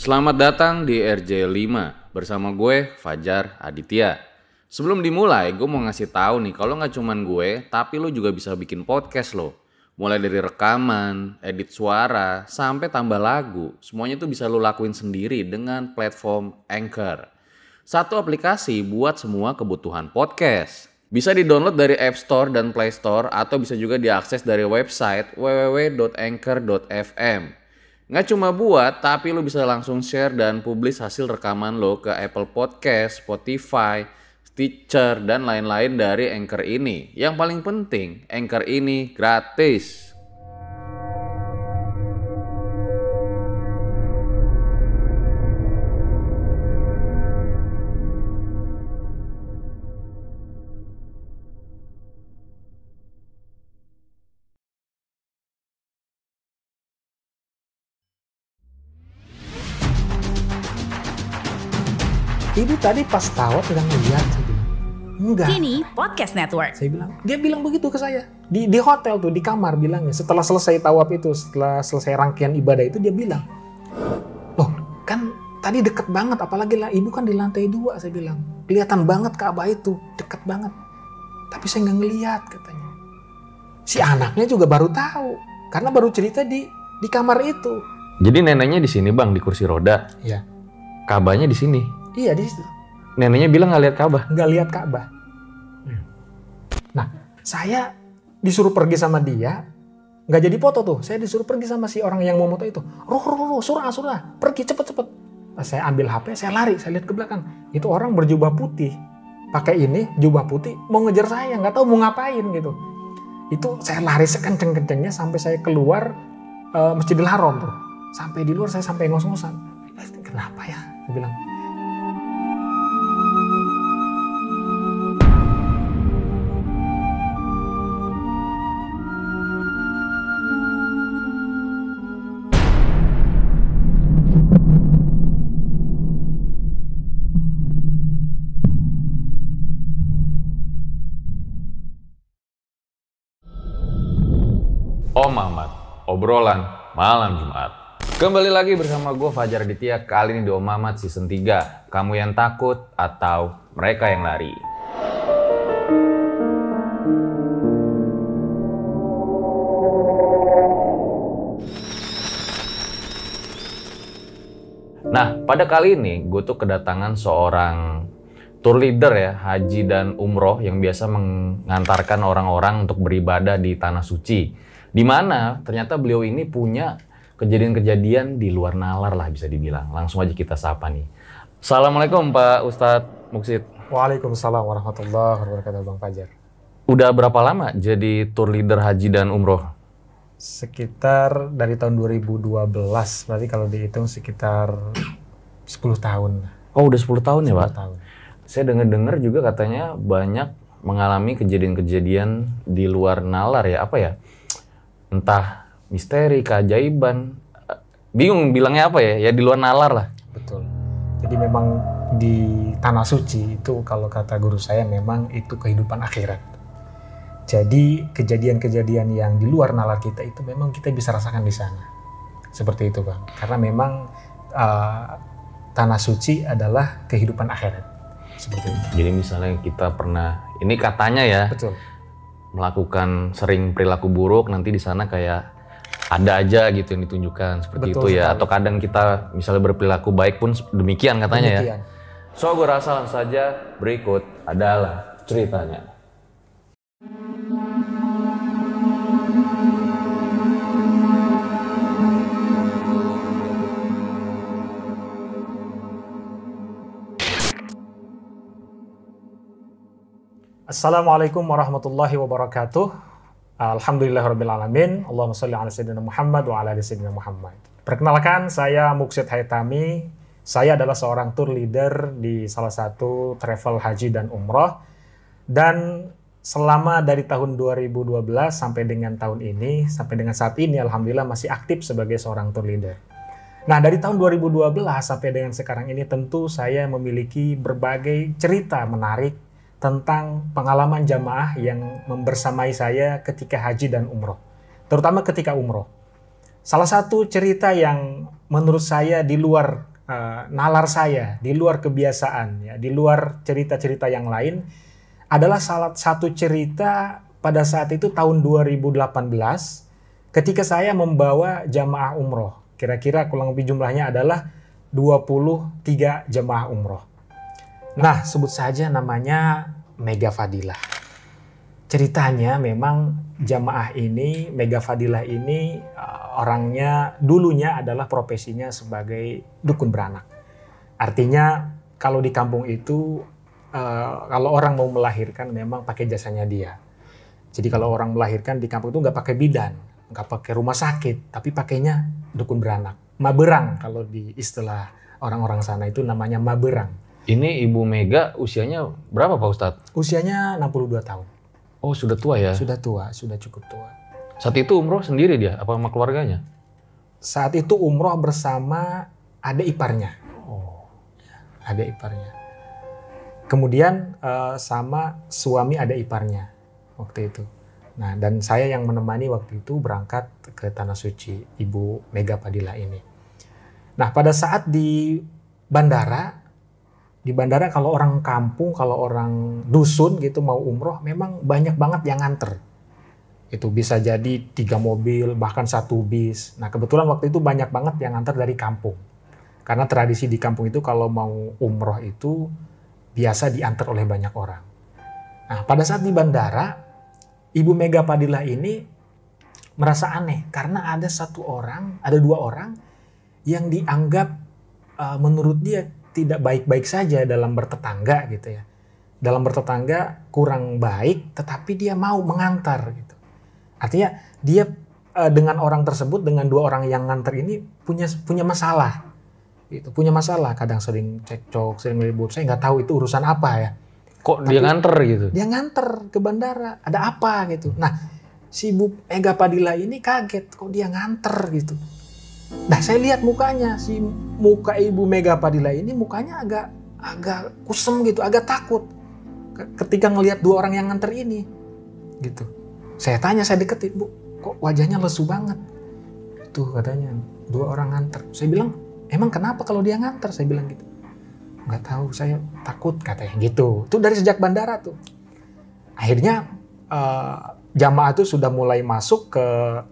Selamat datang di RJ5 bersama gue Fajar Aditya. Sebelum dimulai, gue mau ngasih tahu nih kalau nggak cuman gue, tapi lo juga bisa bikin podcast lo. Mulai dari rekaman, edit suara, sampai tambah lagu, semuanya tuh bisa lo lakuin sendiri dengan platform Anchor. Satu aplikasi buat semua kebutuhan podcast. Bisa di-download dari App Store dan Play Store atau bisa juga diakses dari website www.anchor.fm. Nggak cuma buat, tapi lo bisa langsung share dan publish hasil rekaman lo ke Apple Podcast, Spotify, Stitcher, dan lain-lain dari Anchor ini. Yang paling penting, Anchor ini gratis. Ibu tadi pas tahu bilang lihat, saya bilang enggak. Kini Podcast Network. Saya bilang, dia bilang begitu ke saya di hotel tuh, di kamar bilangnya. Setelah selesai tawaf itu, setelah selesai rangkaian ibadah itu, dia bilang, loh kan tadi deket banget, apalagi lah ibu kan di lantai 2, saya bilang kelihatan banget Ka'bah itu deket banget, tapi saya nggak ngelihat katanya. Si anaknya juga baru tahu karena baru cerita di kamar itu. Jadi neneknya di sini bang, di kursi roda. Iya. Ka'bahnya di sini. Iya di situ. Neneknya bilang nggak lihat Ka'bah. Nggak lihat Ka'bah. Nah, saya disuruh pergi sama dia, nggak jadi foto tuh. Saya disuruh pergi sama si orang yang mau foto itu. Ruh, surah, pergi cepet. Pas saya ambil HP, saya lari, saya lihat ke belakang. Itu orang berjubah putih, pakai ini jubah putih, mau ngejar saya, nggak tahu mau ngapain gitu. Itu saya lari sekenceng-kencengnya sampai saya keluar Masjidil Haram tuh. Sampai di luar saya sampai ngos-ngosan. Kenapa ya? Saya bilang. Om Ahmad, obrolan malam Jumat. Kembali lagi bersama gue Fajar Aditya, kali ini di Om Ahmad season 3. Kamu yang takut atau mereka yang lari? Nah, pada kali ini gue tuh kedatangan seorang tour leader ya, haji dan umroh yang biasa mengantarkan orang-orang untuk beribadah di Tanah Suci. Di mana ternyata beliau ini punya kejadian-kejadian di luar nalar lah bisa dibilang. Langsung aja kita sapa nih. Assalamualaikum Pak Ustadz Muksid. Waalaikumsalam warahmatullahi wabarakatuh Bang Fajar. Udah berapa lama jadi tour leader haji dan umroh? Sekitar dari tahun 2012, berarti kalau dihitung sekitar 10 tahun. Oh udah 10 tahun ya Pak? 10 tahun. Saya dengar juga katanya banyak mengalami kejadian-kejadian di luar nalar ya, apa ya? Entah misteri, keajaiban, bingung bilangnya apa ya, ya di luar nalar lah. Betul. Jadi memang di Tanah Suci itu kalau kata guru saya memang itu kehidupan akhirat. Jadi kejadian-kejadian yang di luar nalar kita itu memang kita bisa rasakan di sana. Seperti itu Bang. Karena memang Tanah Suci adalah kehidupan akhirat. Seperti itu. Jadi misalnya kita pernah, ini katanya ya. Betul. Melakukan sering perilaku buruk, nanti di sana kayak ada aja gitu yang ditunjukkan seperti Betul itu ya. sekali. Atau kadang kita misalnya berperilaku baik pun demikian katanya ya. So gue rasa langsung saja berikut adalah ceritanya. Assalamualaikum warahmatullahi wabarakatuh. Alhamdulillahirabbil alamin. Allahumma shalli ala sayyidina Muhammad wa ala ali sayyidina Muhammad. Perkenalkan, saya Muksid Haitami. Saya adalah seorang tour leader di salah satu travel haji dan umroh. Dan selama dari tahun 2012 sampai dengan tahun ini, sampai dengan saat ini alhamdulillah masih aktif sebagai seorang tour leader. Nah, dari tahun 2012 sampai dengan sekarang ini tentu saya memiliki berbagai cerita menarik tentang pengalaman jamaah yang membersamai saya ketika haji dan umroh. Terutama ketika umroh. Salah satu cerita yang menurut saya di luar nalar saya, di luar kebiasaan, ya, di luar cerita-cerita yang lain, adalah salah satu cerita pada saat itu tahun 2018 ketika saya membawa jamaah umroh. Kira-kira kurang lebih jumlahnya adalah 23 jamaah umroh. Nah, sebut saja namanya Mega Fadilah. Ceritanya memang jamaah ini, Mega Fadilah ini orangnya dulunya adalah profesinya sebagai dukun beranak. Artinya kalau di kampung itu kalau orang mau melahirkan memang pakai jasanya dia. Jadi kalau orang melahirkan di kampung itu nggak pakai bidan, nggak pakai rumah sakit, tapi pakainya dukun beranak. Maberang kalau di istilah orang-orang sana itu namanya maberang. Ini Ibu Mega usianya berapa Pak Ustadz? Usianya 62 tahun. Oh sudah tua ya? Sudah tua, sudah cukup tua. Saat itu umroh sendiri dia, apa sama keluarganya? Saat itu umroh bersama adik iparnya. Oh. Adik iparnya. Kemudian sama suami adik iparnya waktu itu. Nah, dan saya yang menemani waktu itu berangkat ke Tanah Suci, Ibu Mega Fadilah ini. Nah, pada saat di bandara kalau orang kampung, kalau orang dusun gitu mau umroh, memang banyak banget yang nganter. Itu bisa jadi 3 mobil, bahkan 1 bis. Nah, kebetulan waktu itu banyak banget yang nganter dari kampung. Karena tradisi di kampung itu kalau mau umroh itu biasa diantar oleh banyak orang. Nah, pada saat di bandara, Ibu Mega Fadilah ini merasa aneh karena ada 2 orang yang dianggap menurut dia tidak baik-baik saja dalam bertetangga gitu ya. Dalam bertetangga kurang baik, tetapi dia mau mengantar gitu. Artinya dia dengan orang tersebut, dengan 2 orang yang nganter ini punya masalah. Gitu, punya masalah, kadang sering cekcok, sering ribut. Saya nggak tahu itu urusan apa ya. Kok dia nganter gitu? Dia nganter ke bandara, ada apa gitu. Nah, si Ibu Mega Fadilah ini kaget, kok dia nganter gitu. Nah, saya lihat mukanya, si muka Ibu Mega Fadilah ini mukanya agak kusem gitu, agak takut. Ketika ngelihat 2 orang yang nganter ini, gitu. Saya tanya, saya deketin, Bu, kok wajahnya lesu banget? Itu katanya, 2 orang nganter. Saya bilang, emang kenapa kalau dia nganter? Saya bilang gitu. Nggak tahu, saya takut katanya gitu. Itu dari sejak bandara tuh. Akhirnya jamaah itu sudah mulai masuk ke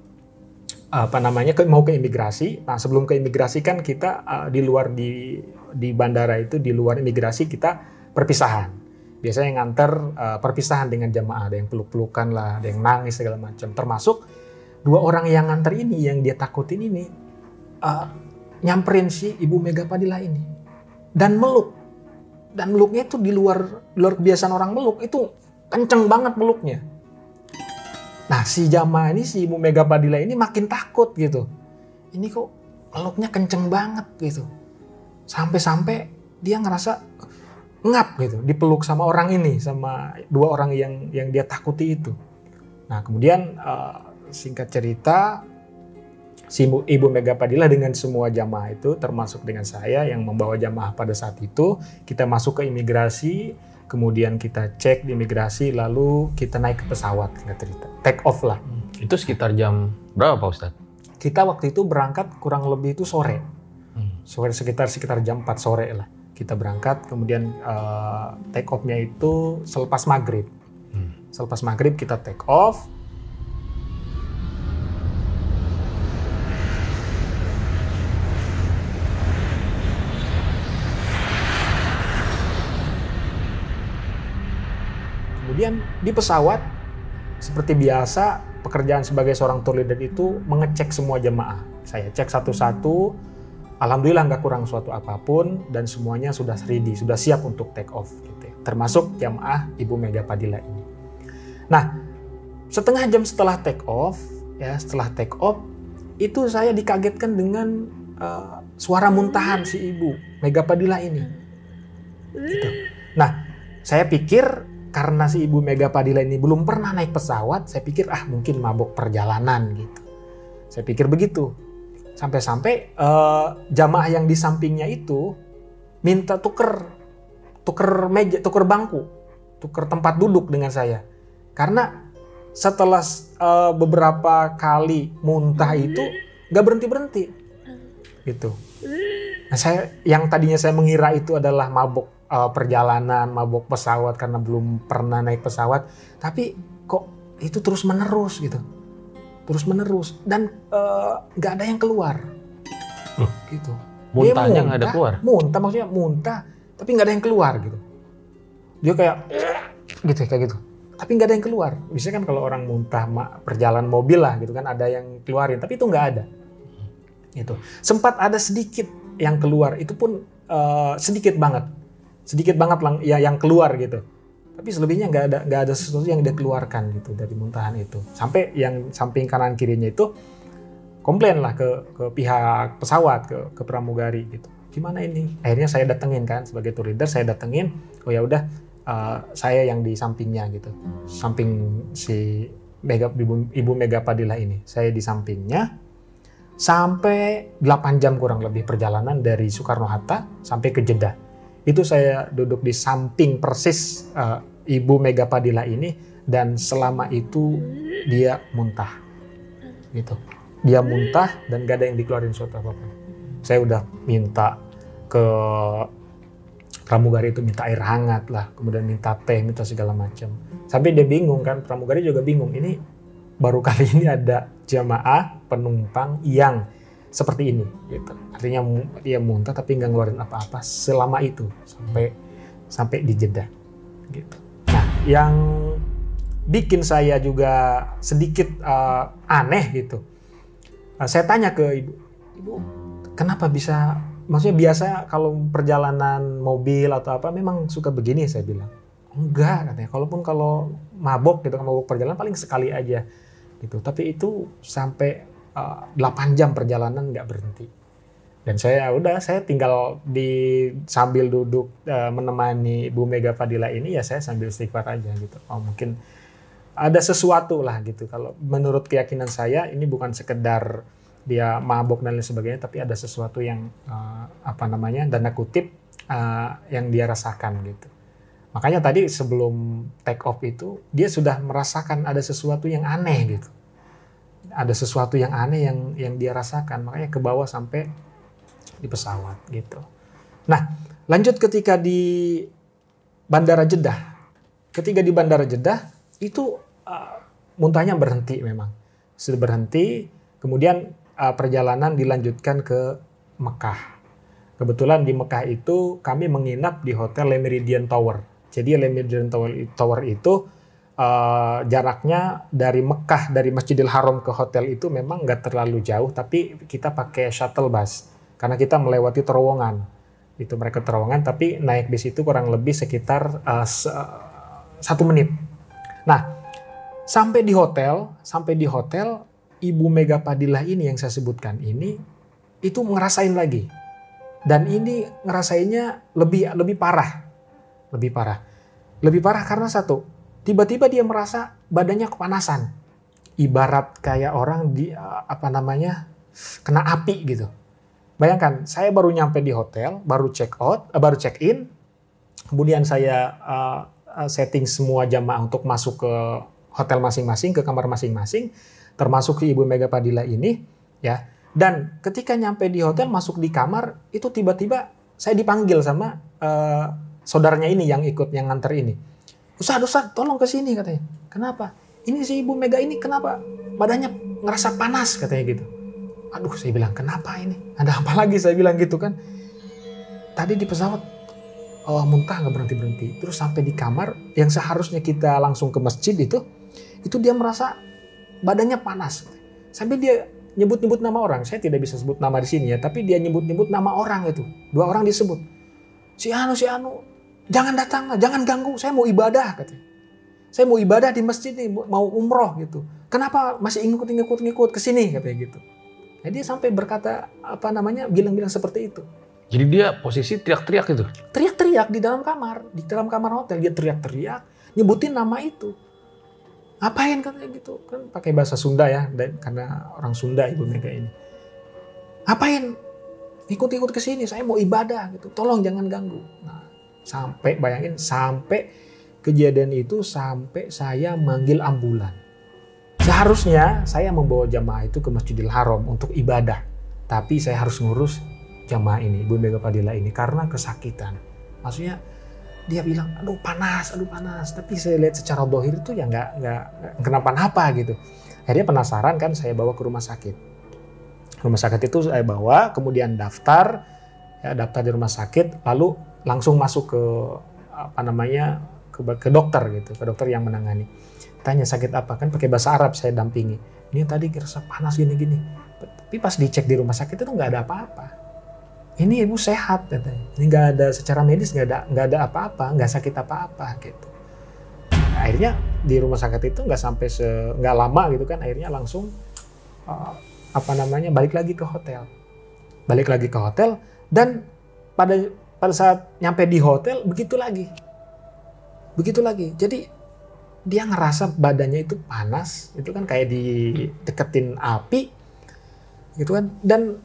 mau ke imigrasi. Nah, sebelum ke imigrasi kan kita di luar di bandara itu, di luar imigrasi kita perpisahan. Biasanya yang nganter perpisahan dengan jamaah, ada yang peluk-pelukan lah, ada yang nangis segala macam. Termasuk 2 orang yang nganter ini yang dia takutin ini nyamperin si Ibu Mega Fadilah ini. Dan meluknya itu di luar kebiasaan orang meluk, itu kenceng banget meluknya. Nah, si jamaah ini, si Ibu Mega Fadilah ini makin takut gitu. Ini kok meluknya kenceng banget gitu. Sampai-sampai dia ngerasa ngap gitu, dipeluk sama orang ini, sama 2 orang yang dia takuti itu. Nah, kemudian singkat cerita, si Ibu Mega Fadilah dengan semua jamaah itu, termasuk dengan saya yang membawa jamaah pada saat itu, kita masuk ke imigrasi, kemudian kita cek di imigrasi, lalu kita naik ke pesawat, cerita, take off lah. Itu sekitar jam berapa Pak Ustadz? Kita waktu itu berangkat kurang lebih itu sore, sekitar jam 4 sore lah. Kita berangkat, kemudian take off-nya itu selepas maghrib. Selepas maghrib kita take off. Kemudian di pesawat, seperti biasa, pekerjaan sebagai seorang tour leader itu mengecek semua jemaah. Saya cek satu-satu, alhamdulillah nggak kurang suatu apapun, dan semuanya sudah ready, sudah siap untuk take off. Gitu ya. Termasuk jemaah Ibu Mega Fadilah ini. Nah, setengah jam setelah take off, itu saya dikagetkan dengan suara muntahan si Ibu Mega Fadilah ini. Gitu. Nah, saya pikir karena si Ibu Mega Fadilah ini belum pernah naik pesawat, saya pikir mungkin mabok perjalanan gitu. Saya pikir begitu. Sampai-sampai jamaah yang di sampingnya itu minta tuker meja, tuker bangku, tuker tempat duduk dengan saya. Karena setelah beberapa kali muntah itu nggak berhenti-berhenti. gitu. Nah, yang tadinya saya mengira itu adalah mabuk perjalanan, mabuk pesawat karena belum pernah naik pesawat, tapi kok itu terus menerus gitu, terus menerus dan nggak ada yang keluar, gitu. Muntahnya nggak ada keluar? Muntah maksudnya muntah, tapi nggak ada yang keluar gitu. Dia kayak gitu, tapi nggak ada yang keluar. Biasanya kan kalau orang muntah perjalanan mobil lah gitu kan ada yang keluarin, tapi itu nggak ada. Gitu. Sempat ada sedikit yang keluar, itu pun sedikit banget ya yang keluar gitu. Tapi selebihnya nggak ada sesuatu yang dia keluarkan gitu dari muntahan itu. Sampai yang samping kanan kirinya itu komplain lah ke pihak pesawat, ke pramugari gitu. Gimana ini? Akhirnya saya datengin kan sebagai tour leader, saya datengin. Oh ya udah, saya yang di sampingnya gitu, samping si Ibu Mega Padilla ini. Saya di sampingnya sampai 8 jam kurang lebih perjalanan dari Soekarno-Hatta sampai ke Jeddah. Itu saya duduk di samping persis Ibu Mega Padilla ini dan selama itu dia muntah gitu. Dia muntah dan gak ada yang dikeluarin suatu apapun. Saya udah minta ke pramugari itu, minta air hangat lah, kemudian minta teh, minta segala macam. Sampai dia bingung kan, pramugari juga bingung. Ini baru kali ini ada jamaah penumpang yang seperti ini gitu. Artinya dia muntah tapi nggak ngeluarin apa-apa selama itu sampai di Jeddah gitu. Nah, yang bikin saya juga sedikit aneh gitu. Saya tanya ke ibu, kenapa bisa? Maksudnya biasa kalau perjalanan mobil atau apa memang suka begini, saya bilang. Enggak katanya. Kalau mabok gitu, mabok perjalanan paling sekali aja gitu. Tapi itu sampai 8 jam perjalanan nggak berhenti. Dan saya tinggal sambil duduk menemani Bu Mega Padilla ini, ya saya sambil istighfar aja gitu. Oh mungkin ada sesuatu lah gitu. Kalau menurut keyakinan saya ini bukan sekedar dia mabok dan lain sebagainya, tapi ada sesuatu yang tanda kutip yang dia rasakan gitu. Makanya tadi sebelum take off itu dia sudah merasakan ada sesuatu yang aneh gitu. Ada sesuatu yang aneh yang dia rasakan, makanya ke bawah sampai di pesawat gitu. Nah, lanjut ketika di Bandara Jeddah. Ketika di Bandara Jeddah itu muntahnya berhenti memang. Sudah berhenti, kemudian perjalanan dilanjutkan ke Mekah. Kebetulan di Mekah itu kami menginap di Hotel Le Méridien Tower. Jadi Le Méridien Tower itu jaraknya dari Mekah, dari Masjidil Haram ke hotel itu memang nggak terlalu jauh, tapi kita pakai shuttle bus karena kita melewati terowongan. Itu mereka terowongan, tapi naik bis itu kurang lebih sekitar 1 menit. Nah, sampai di hotel Ibu Mega Padilla ini yang saya sebutkan ini itu ngerasain lagi, dan ini ngerasainnya lebih parah karena satu. Tiba-tiba dia merasa badannya kepanasan. Ibarat kayak orang kena api gitu. Bayangkan, saya baru nyampe di hotel, baru check in, kemudian saya setting semua jamaah untuk masuk ke hotel masing-masing, ke kamar masing-masing, termasuk ke Ibu Mega Padilla ini, ya. Dan ketika nyampe di hotel, masuk di kamar, itu tiba-tiba saya dipanggil sama saudaranya ini yang nganter ini. Ustaz, tolong ke sini katanya. Kenapa? Ini si Ibu Mega ini kenapa? Badannya ngerasa panas katanya gitu. Aduh, saya bilang kenapa ini? Ada apa lagi, saya bilang gitu kan. Tadi di pesawat muntah nggak berhenti-berhenti. Terus sampai di kamar yang seharusnya kita langsung ke masjid itu dia merasa badannya panas. Sampai dia nyebut-nyebut nama orang. Saya tidak bisa sebut nama di sini ya, tapi dia nyebut-nyebut nama orang itu. 2 orang disebut. Si Anu, jangan datang, jangan ganggu, saya mau ibadah katanya. Saya mau ibadah di masjid nih, mau umroh gitu. Kenapa masih ngikut ke sini katanya gitu. Nah, dia sampai berkata bilang-bilang seperti itu. Jadi dia posisi teriak-teriak itu? Teriak-teriak di dalam kamar hotel, dia teriak-teriak, nyebutin nama itu. Ngapain katanya gitu, kan pakai bahasa Sunda ya, karena orang Sunda Ibu Mega ini. Ngapain? Ikut-ikut ke sini, saya mau ibadah gitu, tolong jangan ganggu. Nah, sampai kejadian itu sampai saya manggil ambulan. Seharusnya saya membawa jamaah itu ke Masjidil Haram untuk ibadah. tapi saya harus ngurus jamaah ini, Ibu Mega Fadilah ini karena kesakitan. Maksudnya dia bilang, aduh panas. Tapi saya lihat secara dohir itu ya nggak kenapa-napa gitu. Akhirnya penasaran kan, saya bawa ke rumah sakit. Rumah sakit itu saya bawa, kemudian daftar di rumah sakit, lalu langsung masuk ke ke dokter gitu, ke dokter yang menangani. Tanya sakit apa, kan pakai bahasa Arab saya dampingi. Ini tadi kerasa panas gini-gini. Tapi pas dicek di rumah sakit itu nggak ada apa-apa. Ini ibu sehat katanya. Ini nggak ada secara medis, nggak ada apa-apa, nggak sakit apa-apa gitu. Nah, akhirnya di rumah sakit itu nggak lama gitu kan. Akhirnya langsung balik lagi ke hotel. Dan pada saat nyampe di hotel begitu lagi. Jadi dia ngerasa badannya itu panas, itu kan kayak dideketin api, gitu kan. Dan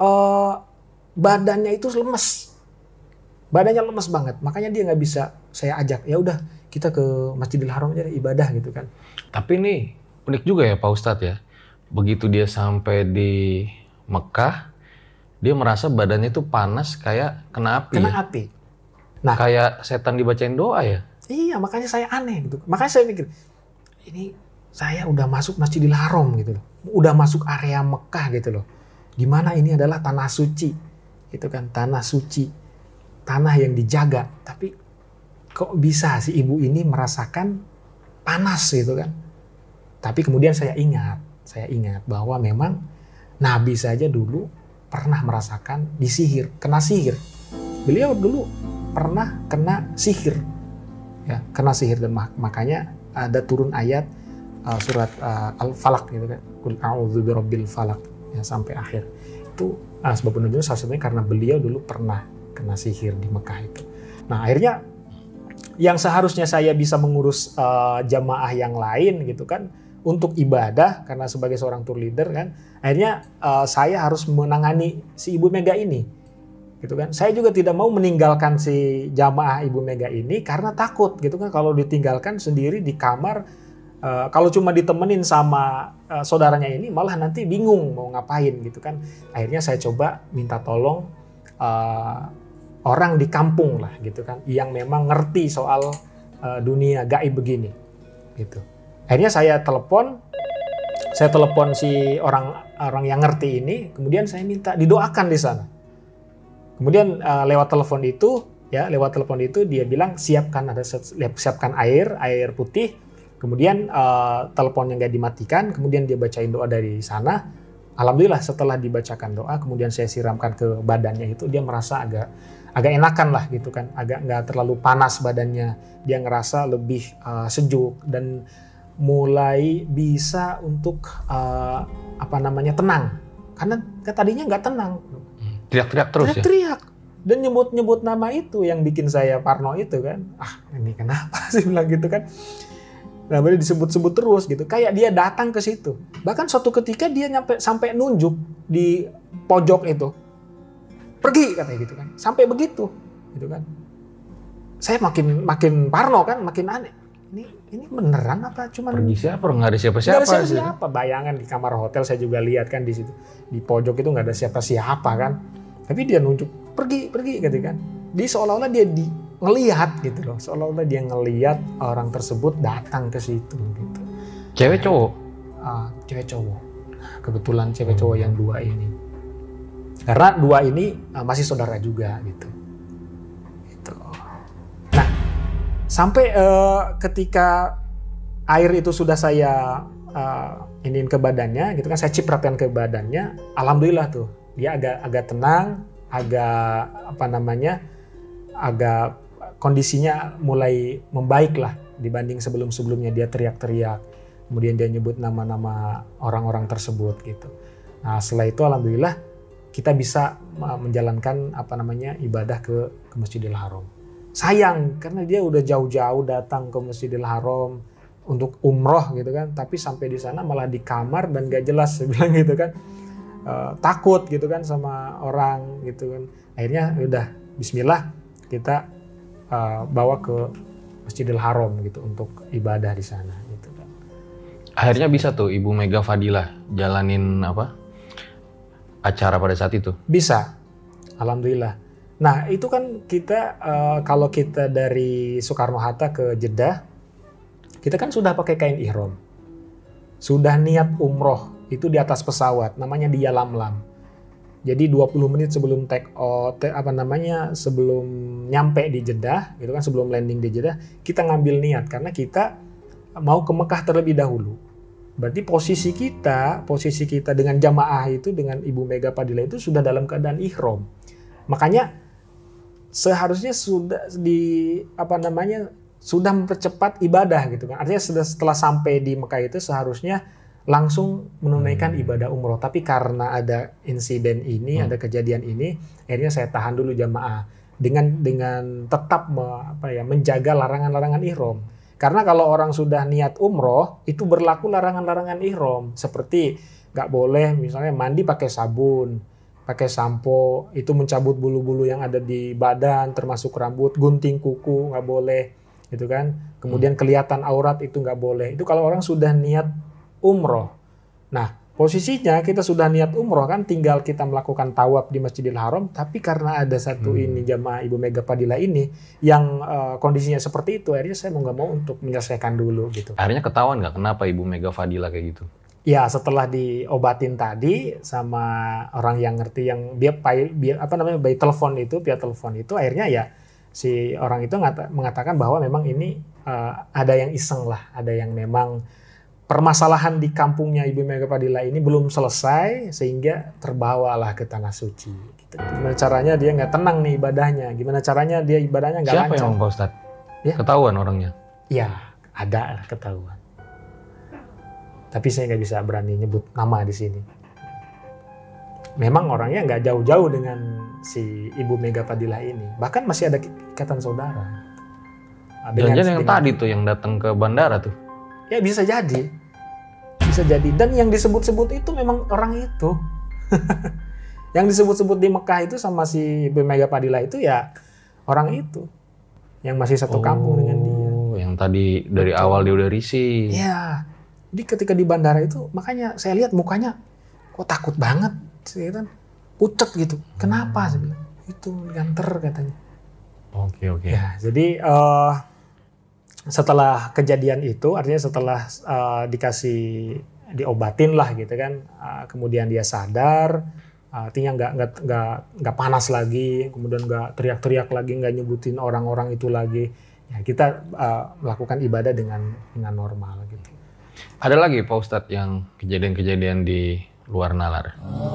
badannya itu lemes banget. Makanya dia nggak bisa saya ajak, ya udah kita ke Masjidil Haram aja ibadah gitu kan. Tapi ini unik juga ya Pak Ustadz ya. Begitu dia sampai di Mekah, dia merasa badannya itu panas kayak kena api. Nah, kayak setan dibacain doa ya. Iya, makanya saya aneh gitu. Makanya saya pikir, ini saya udah masuk Masjidil Haram gitu loh. Udah masuk area Mekah gitu loh. Di mana ini adalah tanah suci. Itu kan tanah suci, tanah yang dijaga, tapi kok bisa si ibu ini merasakan panas gitu kan. Tapi kemudian saya ingat bahwa memang Nabi saja dulu pernah merasakan kena sihir. Beliau dulu pernah kena sihir, ya, kena sihir, dan makanya ada turun ayat surat Al-Falaq gitu kan, Qul a'udzu birabbil falaq, ya, sampai akhir. Itu sebab nuzulnya salah satunya karena beliau dulu pernah kena sihir di Mekah itu. Nah, akhirnya yang seharusnya saya bisa mengurus jamaah yang lain gitu kan untuk ibadah karena sebagai seorang tour leader kan, akhirnya saya harus menangani si Ibu Mega ini gitu kan. Saya juga tidak mau meninggalkan si jamaah Ibu Mega ini karena takut gitu kan, kalau ditinggalkan sendiri di kamar, kalau cuma ditemenin sama saudaranya ini malah nanti bingung mau ngapain gitu kan. Akhirnya saya coba minta tolong orang di kampung lah gitu kan, yang memang ngerti soal dunia gaib begini gitu. Akhirnya saya telepon si orang yang ngerti ini, kemudian saya minta didoakan di sana. Kemudian lewat telepon itu dia bilang siapkan air putih. Kemudian teleponnya nggak dimatikan, kemudian dia bacain doa dari sana. Alhamdulillah setelah dibacakan doa, kemudian saya siramkan ke badannya itu, dia merasa agak enakan lah gitu kan, agak nggak terlalu panas badannya, dia ngerasa lebih sejuk dan mulai bisa untuk tenang, karena tadinya nggak tenang, teriak-teriak terus teriak-teriak dan nyebut nama itu yang bikin saya parno itu kan, ini kenapa sih bilang gitu kan. Nah, boleh disebut-sebut terus gitu. Kayak dia datang ke situ. Bahkan suatu ketika dia sampai nunjuk di pojok itu. Pergi katanya gitu kan. Sampai begitu gitu kan. Saya makin parno kan, makin aneh. Ini beneran apa cuman pergi siapa? Nggak ada siapa-siapa. Nggak ada siapa. Bayangan di kamar hotel saya juga lihat kan di situ. Di pojok itu nggak ada siapa-siapa kan. Tapi dia nunjuk pergi gitu kan. Dia seolah-olah dia ngelihat gitu loh, seolah-olah dia ngelihat orang tersebut datang ke situ gitu. Cewek cowok? Cewek cowok. Kebetulan cewek cowok yang dua ini. Karena dua ini masih saudara juga gitu. Nah, sampai ketika air itu sudah saya iniin ke badannya gitu kan, saya cipratan ke badannya, alhamdulillah tuh dia agak tenang, agak kondisinya mulai membaik lah dibanding sebelumnya dia teriak-teriak, kemudian dia nyebut nama-nama orang-orang tersebut gitu. Nah, setelah itu alhamdulillah kita bisa menjalankan ibadah ke Masjidil Haram. Sayang karena dia udah jauh-jauh datang ke Masjidil Haram untuk umroh gitu kan, tapi sampai di sana malah di kamar dan gak jelas, saya bilang gitu kan. Takut gitu kan sama orang gitu kan. Akhirnya udah bismillah kita bawa ke Masjidil Haram gitu untuk ibadah di sana gitu kan. Akhirnya bisa tuh Ibu Mega Fadilah jalanin acara pada saat itu? Bisa, alhamdulillah. Nah itu kan kita kalau kita dari Soekarno-Hatta ke Jeddah, kita kan sudah pakai kain ihram, sudah niat umroh itu di atas pesawat, namanya di Yalamlam. Jadi 20 menit sebelum sebelum nyampe di Jeddah, itu kan sebelum landing di Jeddah, kita ngambil niat karena kita mau ke Mekah terlebih dahulu. Berarti posisi kita dengan jamaah itu, dengan Ibu Mega Fadilah itu sudah dalam keadaan ihram. Makanya seharusnya sudah sudah mempercepat ibadah gitu kan. Artinya setelah sampai di Mekah itu seharusnya langsung menunaikan ibadah umroh. Tapi karena ada insiden ini, ada kejadian ini, akhirnya saya tahan dulu jamaah dengan tetap menjaga larangan-larangan ihram. Karena kalau orang sudah niat umroh, itu berlaku larangan-larangan ihram. Seperti nggak boleh misalnya mandi pakai sabun, pakai sampo, itu mencabut bulu-bulu yang ada di badan, termasuk rambut, gunting kuku nggak boleh, gitu kan. Kemudian kelihatan aurat itu nggak boleh. Itu kalau orang sudah niat umroh. Nah, posisinya kita sudah niat umroh kan, tinggal kita melakukan tawaf di Masjidil Haram, tapi karena ada satu ini jamaah Ibu Mega Fadilah ini yang kondisinya seperti itu, akhirnya saya mau nggak mau untuk menyelesaikan dulu gitu. Akhirnya ketahuan nggak kenapa Ibu Mega Fadilah kayak gitu? Ya, setelah diobatin tadi sama orang yang ngerti, yang dia by telepon itu, via telepon itu, akhirnya ya si orang itu mengatakan bahwa memang ini ada yang iseng lah, ada yang memang permasalahan di kampungnya Ibu Mega Fadilah ini belum selesai sehingga terbawalah ke tanah suci. Gitu. Gimana caranya dia nggak tenang nih ibadahnya? Gimana caranya dia ibadahnya nggak lancar? Siapa yang Pak Ustadz? Ya? Ketahuan orangnya? Ya, ada lah ketahuan. Tapi saya nggak bisa berani nyebut nama di sini. Memang orangnya nggak jauh-jauh dengan si Ibu Mega Fadilah ini. Bahkan masih ada ikatan saudara. Jangan-jangan yang tadi tuh yang datang ke bandara tuh? Ya bisa jadi. Bisa jadi. Dan yang disebut-sebut itu memang orang itu. Yang disebut-sebut di Mekah itu sama si Ibu Mega Fadilah itu ya orang itu. Yang masih satu kampung dengan dia. Yang tadi dari awal dia udah risih. Iya. Jadi ketika di bandara itu, makanya saya lihat mukanya kok takut banget. Kan pucet gitu. Kenapa? Saya bilang, itu nganter katanya. Oke. Ya, jadi setelah kejadian itu, artinya setelah diobatin lah gitu kan, kemudian dia sadar, artinya nggak panas lagi, kemudian nggak teriak-teriak lagi, nggak nyebutin orang-orang itu lagi, ya kita melakukan ibadah dengan normal gitu. Ada lagi Pak Ustadz yang kejadian-kejadian di luar nalar?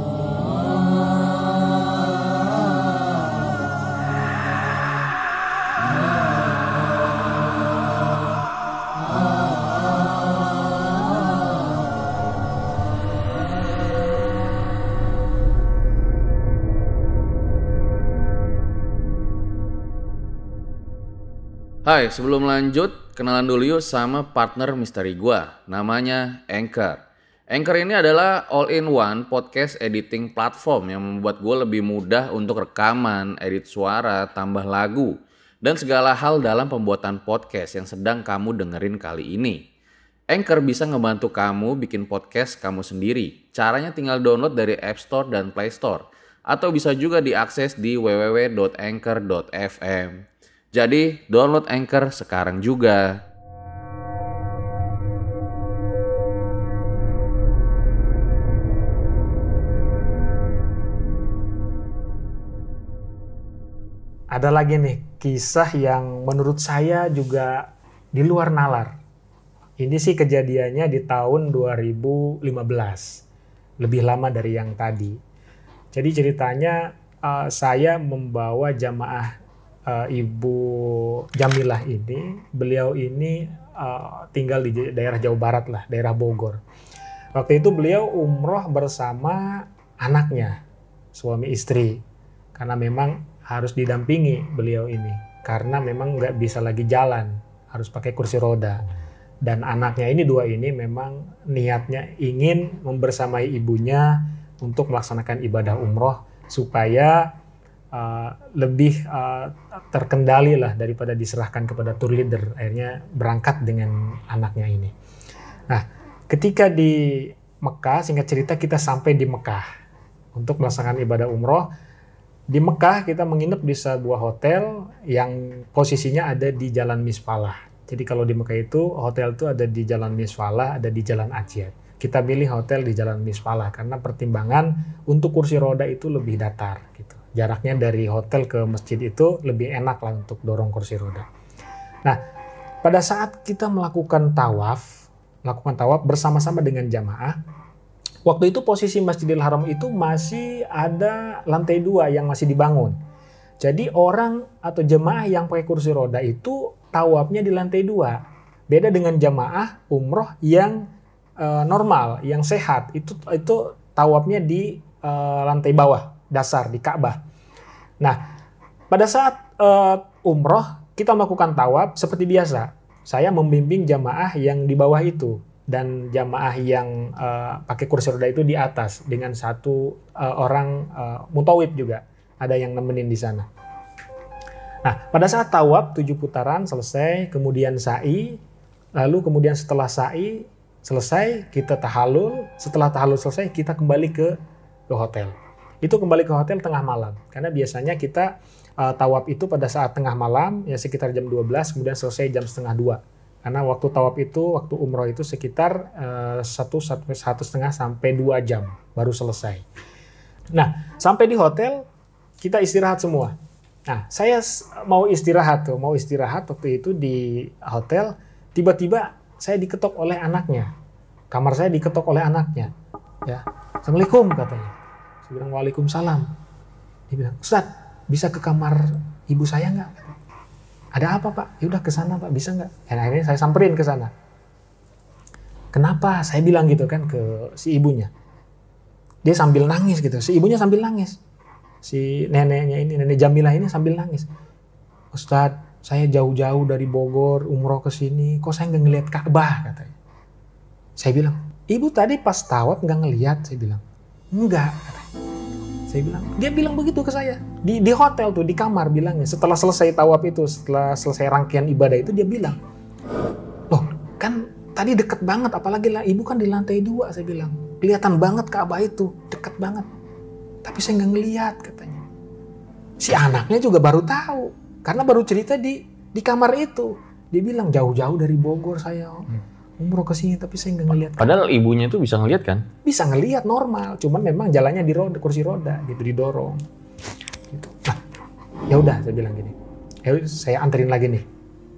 Hai, sebelum lanjut, kenalan dulu yuk sama partner misteri gua, namanya Anchor. Anchor ini adalah all-in-one podcast editing platform yang membuat gua lebih mudah untuk rekaman, edit suara, tambah lagu, dan segala hal dalam pembuatan podcast yang sedang kamu dengerin kali ini. Anchor bisa ngebantu kamu bikin podcast kamu sendiri. Caranya tinggal download dari App Store dan Play Store, atau bisa juga diakses di www.anchor.fm. Jadi, download Anchor sekarang juga. Ada lagi nih, kisah yang menurut saya juga di luar nalar. Ini sih kejadiannya di tahun 2015. Lebih lama dari yang tadi. Jadi ceritanya saya membawa jamaah Ibu Jamilah ini, beliau ini tinggal di daerah Jawa Barat lah, daerah Bogor. Waktu itu beliau umroh bersama anaknya, suami istri, karena memang harus didampingi beliau ini, karena memang nggak bisa lagi jalan, harus pakai kursi roda. Dan anaknya ini dua ini memang niatnya ingin membersamai ibunya untuk melaksanakan ibadah umroh supaya lebih terkendali lah daripada diserahkan kepada tour leader. Akhirnya berangkat dengan anaknya ini. Nah, ketika di Mekah, singkat cerita kita sampai di Mekah. untuk melaksanakan ibadah umroh. Di Mekah kita menginap di sebuah hotel yang posisinya ada di Jalan Misfalah. Jadi kalau di Mekah itu hotel itu ada di Jalan Misfalah, ada di Jalan Ajiat. Kita pilih hotel di Jalan Misfalah karena pertimbangan untuk kursi roda itu lebih datar gitu. Jaraknya dari hotel ke masjid itu lebih enak lah untuk dorong kursi roda. Nah, pada saat kita melakukan tawaf bersama-sama dengan jamaah, waktu itu posisi Masjidil Haram itu masih ada lantai 2 yang masih dibangun. Jadi orang atau jemaah yang pakai kursi roda itu tawafnya di lantai 2. Beda dengan jemaah umroh yang normal, yang sehat. Itu tawafnya di lantai bawah, dasar, di Ka'bah. Nah, pada saat umroh kita melakukan tawaf seperti biasa. Saya membimbing jamaah yang di bawah itu. Dan jamaah yang pakai kursi roda itu di atas dengan satu orang mutawib juga, ada yang nemenin di sana. Nah, pada saat tawaf 7 putaran selesai, kemudian sa'i, lalu kemudian setelah sa'i selesai kita tahallul, setelah tahallul selesai kita kembali ke hotel. Itu kembali ke hotel tengah malam, karena biasanya kita tawaf itu pada saat tengah malam ya sekitar jam 12, kemudian selesai jam setengah 2. Karena waktu tawaf itu, waktu umroh itu sekitar 1,5 sampai 2 jam baru selesai. Nah, sampai di hotel kita istirahat semua. Nah, saya mau istirahat waktu itu di hotel, tiba-tiba saya diketok oleh anaknya. Kamar saya diketok oleh anaknya. Ya, Assalamualaikum katanya. Saya bilang Waalaikumsalam. Dia bilang, Ustadz, bisa ke kamar ibu saya nggak? Ada apa Pak? Ya udah ke sana Pak, bisa nggak? Dan akhirnya saya samperin ke sana. Kenapa? Saya bilang gitu kan ke si ibunya. Dia sambil nangis gitu. Si ibunya sambil nangis. Si neneknya ini, nenek Jamilah ini sambil nangis. Ustadz, saya jauh-jauh dari Bogor umroh ke sini, kok saya nggak ngelihat Ka'bah katanya. Saya bilang, ibu tadi pas tawaf nggak ngelihat? Saya bilang, enggak. Saya bilang, dia bilang begitu ke saya di hotel tuh, di kamar bilangnya. Setelah selesai tawaf itu, setelah selesai rangkaian ibadah itu, dia bilang, loh kan tadi deket banget, apalagi lah ibu kan di lantai 2. Saya bilang, kelihatan banget Ka'bah itu, deket banget, tapi saya nggak ngelihat katanya. Si anaknya juga baru tahu karena baru cerita di kamar itu. Dia bilang jauh-jauh dari Bogor saya umroh ke sini, tapi saya nggak ngelihat. Padahal ibunya tuh bisa ngelihat kan? Bisa ngelihat normal, cuman memang jalannya di kursi roda gitu, didorong. Gitu. Nah, ya udah saya bilang gini, saya anterin lagi nih.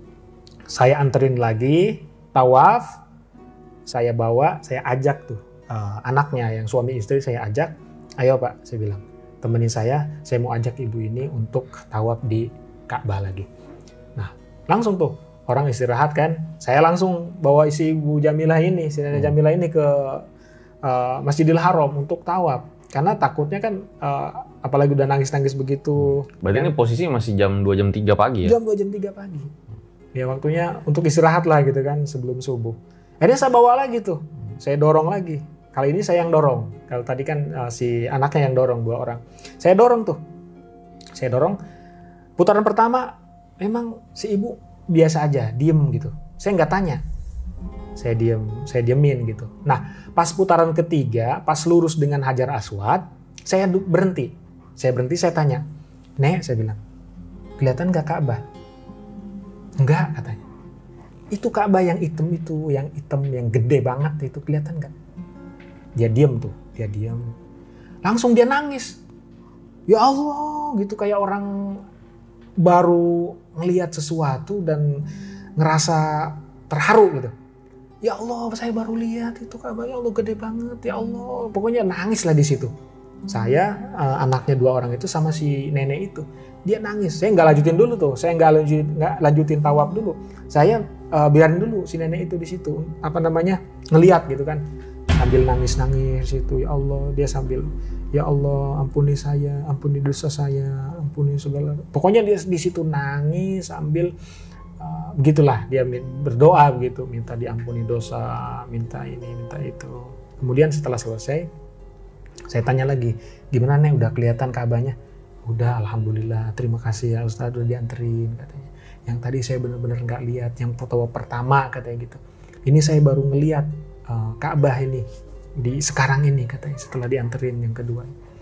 Saya anterin lagi, tawaf, saya bawa, saya ajak tuh anaknya yang suami istri saya ajak, ayo Pak, saya bilang, temenin saya mau ajak ibu ini untuk tawaf di Ka'bah lagi. Nah, langsung tuh. Orang istirahat kan, saya langsung bawa si Ibu Jamilah ini, si Nenek Jamilah ini ke Masjidil Haram untuk tawaf. Karena takutnya kan, apalagi udah nangis-nangis begitu. Berarti kan? Ini posisi masih jam 2, jam 3 pagi ya? Jam 2, jam 3 pagi. Ya waktunya untuk istirahat lah gitu kan, sebelum subuh. Akhirnya saya bawa lagi tuh, saya dorong lagi. Kali ini saya yang dorong. Kalau tadi kan si anaknya yang dorong, 2 orang. Saya dorong tuh. Saya dorong. Putaran pertama, memang si ibu biasa aja, diem gitu. Saya nggak tanya. Saya diemin gitu. Nah, pas putaran ketiga, pas lurus dengan Hajar Aswad, saya berhenti. Saya tanya, Nek, saya bilang, kelihatan nggak Ka'bah? Enggak, katanya. Itu Ka'bah yang hitam itu, yang gede banget itu, kelihatan nggak? Dia diem tuh, Langsung dia nangis. Ya Allah, gitu kayak orang baru ngelihat sesuatu dan ngerasa terharu gitu. Ya Allah, saya baru lihat itu Ka'bah, ya Allah gede banget, ya Allah. Pokoknya nangis lah di situ. Saya, anaknya 2 orang itu sama si nenek itu, dia nangis. Saya nggak lanjutin dulu tuh, saya nggak lanjutin tawaf dulu. Saya biarin dulu si nenek itu di situ, ngelihat gitu kan, sambil nangis itu, ya Allah. Dia sambil, ya Allah ampuni saya, ampuni dosa saya, ampuni segala. Pokoknya dia di situ nangis sambil begitulah dia berdoa begitu, minta diampuni dosa, minta ini, minta itu. Kemudian setelah selesai, saya tanya lagi, gimana Nek, udah kelihatan Ka'bahnya? Udah, alhamdulillah, terima kasih ya Ustaz udah dianterin katanya. Yang tadi saya benar-benar nggak lihat, yang foto pertama katanya gitu. Ini saya baru ngelihat Ka'bah ini di sekarang ini katanya, setelah dianterin yang kedua.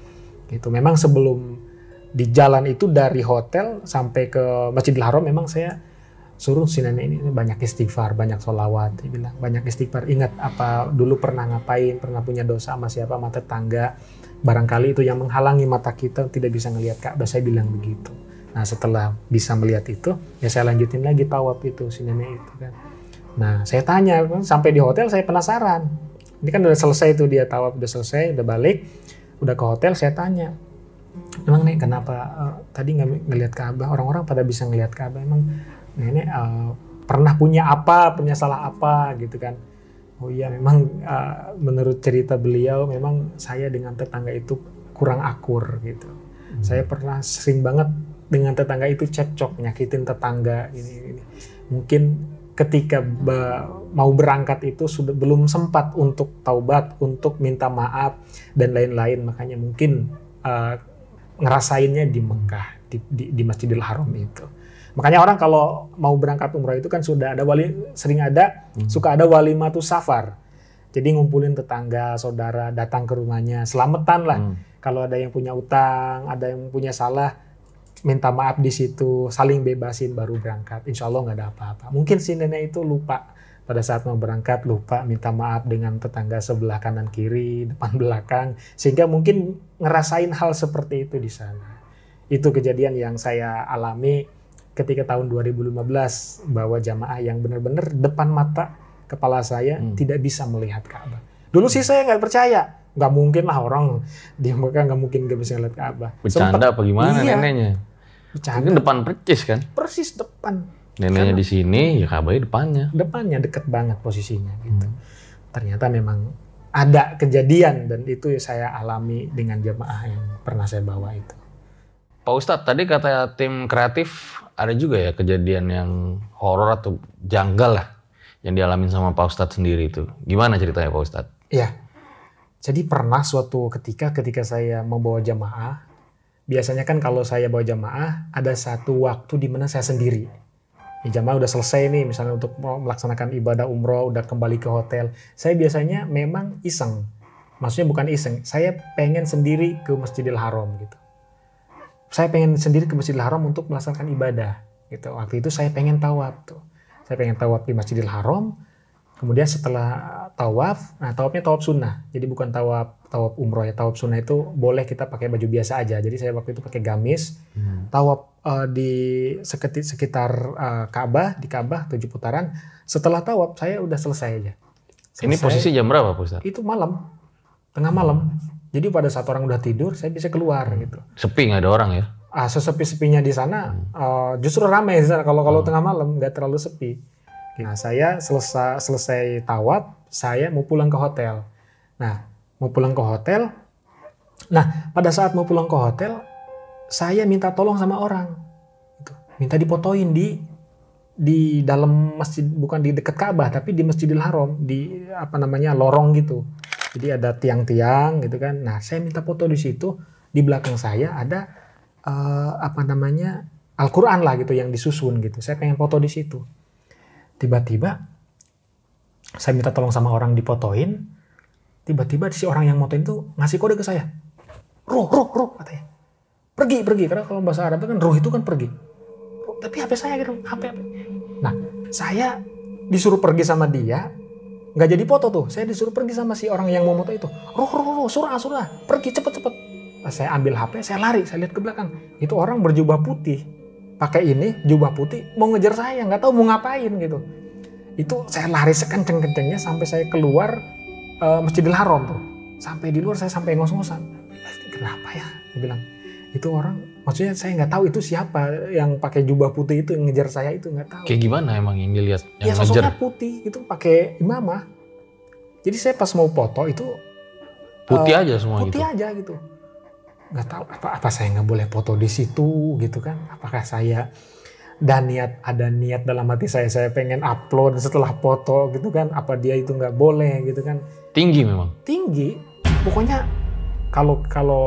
Gitu. Memang sebelum di jalan itu dari hotel sampai ke Masjidil Haram memang saya suruh si nenek ini banyak istighfar, banyak sholawat. Dia bilang banyak istighfar. Ingat apa dulu pernah ngapain, pernah punya dosa sama siapa, sama tetangga. Barangkali itu yang menghalangi mata kita tidak bisa ngelihat Ka'bah. Saya bilang begitu. Nah setelah bisa melihat itu, ya saya lanjutin lagi tawaf itu si nenek itu kan. Nah saya tanya, sampai di hotel saya penasaran. Ini kan udah selesai tuh dia tawaf, udah selesai, udah balik, udah ke hotel saya tanya. Emang nih kenapa tadi nggak ngelihat Ka'bah? Orang-orang pada bisa ngelihat Ka'bah. Emang nenek pernah punya apa, punya salah apa gitu kan. Oh iya memang menurut cerita beliau memang saya dengan tetangga itu kurang akur gitu. Saya pernah sering banget dengan tetangga itu cekcok, nyakitin tetangga ini. Mungkin ketika mau berangkat itu sudah belum sempat untuk taubat, untuk minta maaf dan lain-lain. Makanya mungkin ngerasainnya di Mekah, di Masjidil Haram itu. Makanya orang kalau mau berangkat umrah itu kan sudah ada suka ada walimatus safar. Jadi ngumpulin tetangga, saudara, datang ke rumahnya, selamatan lah. Kalau ada yang punya utang, ada yang punya salah, minta maaf di situ, saling bebasin baru berangkat. Insya Allah nggak ada apa-apa. Mungkin si nenek itu lupa pada saat mau berangkat, lupa minta maaf dengan tetangga sebelah kanan kiri, depan belakang, sehingga mungkin ngerasain hal seperti itu di sana. Itu kejadian yang saya alami ketika tahun 2015 bahwa jamaah yang benar-benar depan mata kepala saya tidak bisa melihat Ka'bah. Dulu sih saya nggak percaya, nggak mungkin lah orang di Mekah nggak mungkin nggak bisa lihat Ka'bah. Bercanda apa gimana neneknya? Bercanda. Mungkin depan percis kan? Persis depan. Neneknya di sini, ya Ka'bahnya depannya. Depannya deket banget posisinya gitu. Ternyata memang ada kejadian dan itu saya alami dengan jamaah yang pernah saya bawa itu. Pak Ustadz, tadi kata tim kreatif ada juga ya kejadian yang horor atau janggal lah yang dialamin sama Pak Ustadz sendiri itu. Gimana ceritanya Pak Ustadz? Iya. Jadi pernah suatu ketika saya membawa jamaah, biasanya kan kalau saya bawa jamaah ada satu waktu di mana saya sendiri. Ya, jamaah udah selesai nih misalnya untuk melaksanakan ibadah umroh, udah kembali ke hotel. Saya biasanya memang iseng. Maksudnya bukan iseng, saya pengen sendiri ke Masjidil Haram gitu. Saya pengen sendiri ke Masjidil Haram untuk melaksanakan ibadah gitu. Waktu itu saya pengen tawaf tuh. Saya pengen tawaf di Masjidil Haram. Kemudian setelah tawaf, nah tawafnya tawaf sunnah. Jadi bukan tawaf umroh ya. Tawaf sunnah itu boleh kita pakai baju biasa aja. Jadi saya waktu itu pakai gamis. Tawaf di sekitar Ka'bah, di Ka'bah 7 putaran. Setelah tawaf saya udah selesai aja. Ini posisi jam berapa Pak Ustadz? Itu malam, tengah malam. Jadi pada saat orang udah tidur, saya bisa keluar gitu. Sepi nggak ada orang ya? Sesepi-sepinya di sana, justru ramai di sana. Kalau tengah malam nggak terlalu sepi. Nah saya selesai tawaf, saya mau pulang ke hotel. Nah mau pulang ke hotel. Nah pada saat mau pulang ke hotel, saya minta tolong sama orang, gitu. Minta dipotoin di dalam masjid, bukan di dekat Ka'bah, tapi di Masjidil Haram, di lorong gitu. Jadi ada tiang-tiang gitu kan. Nah, saya minta foto di situ. Di belakang saya ada Al-Qur'an lah gitu yang disusun gitu. Saya pengen foto di situ. Tiba-tiba saya minta tolong sama orang dipotoin. Tiba-tiba si orang yang motoin itu ngasih kode ke saya. Ruh katanya. Pergi. Karena kalau bahasa Arab kan ruh itu kan pergi. Tapi HP saya gitu, HP. Nah, saya disuruh pergi sama dia. Nggak jadi foto tuh, saya disuruh pergi sama si orang yang mau moto itu. Ruh, surah, pergi cepet. Saya ambil HP, saya lari, saya lihat ke belakang. Itu orang berjubah putih, pakai ini jubah putih, mau ngejar saya, nggak tahu mau ngapain gitu. Itu saya lari sekenceng-kencengnya sampai saya keluar Masjidil Haram tuh. Sampai di luar saya sampai ngos-ngosan. Kenapa ya? Saya bilang itu orang, maksudnya saya nggak tahu itu siapa yang pakai jubah putih itu yang ngejar saya itu, nggak tahu. Kayak gimana emang yang dilihat yang ya sosoknya putih itu pakai imamah. Jadi saya pas mau foto itu putih aja semua putih gitu. aja gitu. Nggak tahu apa saya nggak boleh foto di situ gitu kan? Apakah saya ada niat dalam hati saya pengen upload setelah foto gitu kan? Apa dia itu nggak boleh gitu kan? Tinggi memang. Tinggi. Pokoknya kalau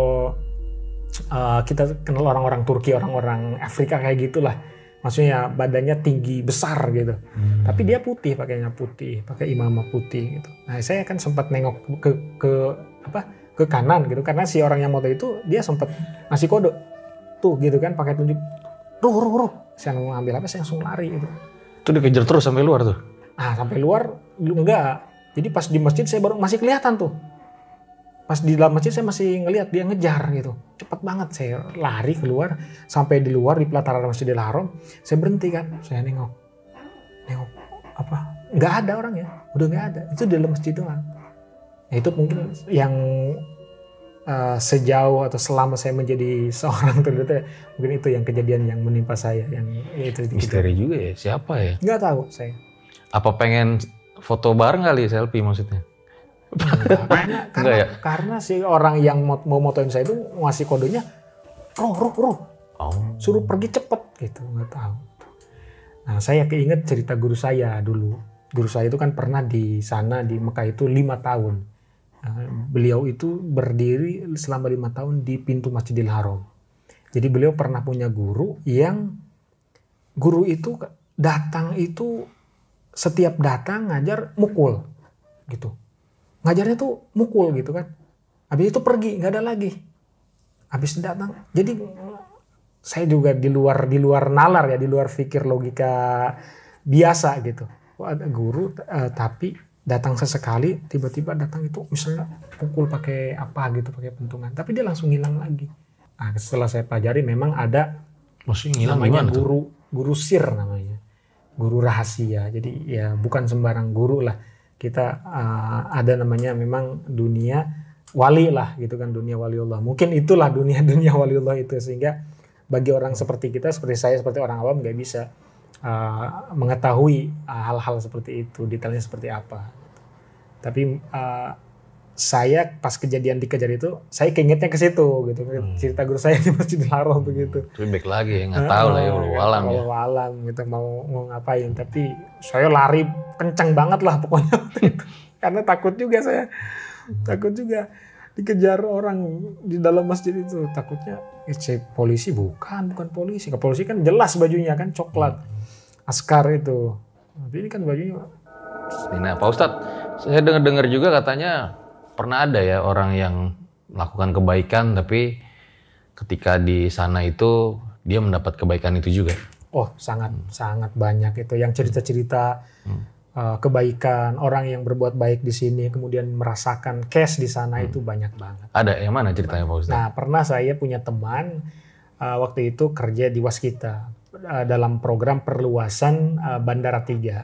kita kenal orang-orang Turki, orang-orang Afrika kayak gitulah. Maksudnya badannya tinggi, besar gitu. Tapi dia putih, pakainya putih, pakai imamah putih gitu. Nah, saya kan sempat nengok ke ke kanan gitu, karena si orang yang moto itu dia sempat ngasih kode tuh gitu kan, pakai tunjuk ruh. Saya mau ngambil apa, saya langsung lari gitu. Itu dikejar terus sampai luar tuh? Nah sampai luar enggak, jadi pas di masjid saya baru masih kelihatan tuh. Pas di dalam masjid saya masih ngelihat dia ngejar gitu. Cepet banget saya lari keluar. Sampai di luar di pelataran Masjidil Haram. Saya berhenti kan. Saya nengok apa. Nggak ada orangnya. Udah nggak ada. Itu di dalam masjid doang. Nah, itu mungkin yang sejauh atau selama saya menjadi seorang ternyata mungkin itu yang kejadian yang menimpa saya. Yang itu misteri juga ya. Siapa ya? Nggak tahu saya. Apa pengen foto bareng kali selfie maksudnya? Karena si orang yang mau motoin saya itu ngasih kodenya ruh. Suruh pergi cepet gitu, nggak tahu. Nah saya keinget cerita guru saya dulu. Guru saya itu kan pernah di sana di Mekah itu 5 tahun. Beliau itu berdiri selama 5 tahun di pintu Masjidil Haram. Jadi beliau pernah punya guru itu datang itu setiap datang ngajar mukul gitu. Ngajarnya tuh mukul gitu kan. Habis itu pergi, nggak ada lagi. Habis datang. Jadi saya juga di luar nalar ya, di luar pikir logika biasa gitu. Ada guru tapi datang sesekali, tiba-tiba datang itu misalnya pukul pakai apa gitu, pakai pentungan. Tapi dia langsung hilang lagi. Nah, setelah saya pelajari memang ada namanya guru sir namanya. Guru rahasia. Jadi ya bukan sembarang guru lah. Kita ada namanya memang dunia wali lah gitu kan, dunia waliullah. Mungkin itulah dunia waliullah itu, sehingga bagi orang seperti kita, seperti saya, seperti orang awam nggak bisa mengetahui hal-hal seperti itu, detailnya seperti apa. Tapi saya pas kejadian dikejar itu, saya keingetnya ke situ gitu, cerita guru saya di Masjidil Haram begitu. Tapi baik lagi ya, nggak tahu lah ya walau alam ya. Walau alam gitu mau ngapain, tapi saya lari kencang banget lah pokoknya itu. Karena takut juga saya, takut juga dikejar orang di dalam masjid itu. Takutnya polisi bukan polisi. Ke polisi kan jelas bajunya kan coklat, askar itu. Tapi ini kan bajunya. Nah Pak Ustadz, saya dengar juga katanya pernah ada ya orang yang melakukan kebaikan tapi ketika di sana itu dia mendapat kebaikan itu juga. Oh sangat banyak itu yang cerita-cerita kebaikan orang yang berbuat baik di sini kemudian merasakan cash di sana itu banyak banget. Ada yang mana ceritanya Pak Ustadz? Nah pernah saya punya teman waktu itu kerja di Waskita dalam program perluasan Bandara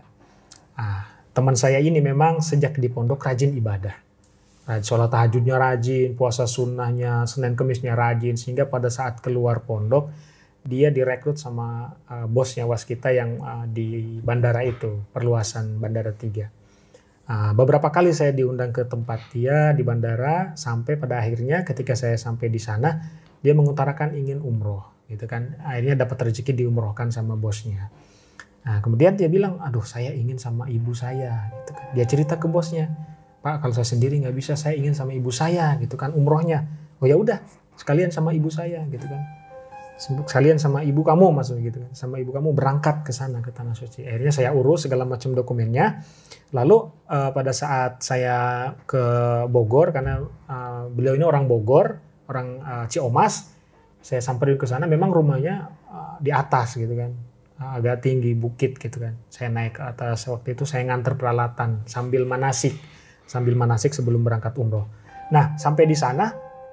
3. Teman saya ini memang sejak di pondok rajin ibadah. Sholat tahajudnya rajin, puasa sunnahnya, Senin Kemisnya rajin, sehingga pada saat keluar pondok dia direkrut sama bosnya Waskita yang di bandara itu, perluasan Bandara 3. Beberapa kali saya diundang ke tempat dia di bandara, sampai pada akhirnya ketika saya sampai di sana dia mengutarakan ingin umroh gitu kan. Akhirnya dapat rezeki diumrohkan sama bosnya. Nah, kemudian dia bilang, aduh saya ingin sama ibu saya gitu kan. Dia cerita ke bosnya, Pak kalau saya sendiri nggak bisa, saya ingin sama ibu saya gitu kan umrohnya. Oh ya udah sekalian sama ibu saya gitu kan. Sekalian sama ibu kamu maksudnya gitu kan. Sama ibu kamu berangkat ke sana ke Tanah Suci. Akhirnya saya urus segala macam dokumennya. Lalu pada saat saya ke Bogor, karena beliau ini orang Bogor, orang Ciomas, saya samperin ke sana. Memang rumahnya di atas gitu kan, agak tinggi bukit gitu kan. Saya naik ke atas, waktu itu saya nganter peralatan sambil manasik sebelum berangkat umroh. Nah sampai di sana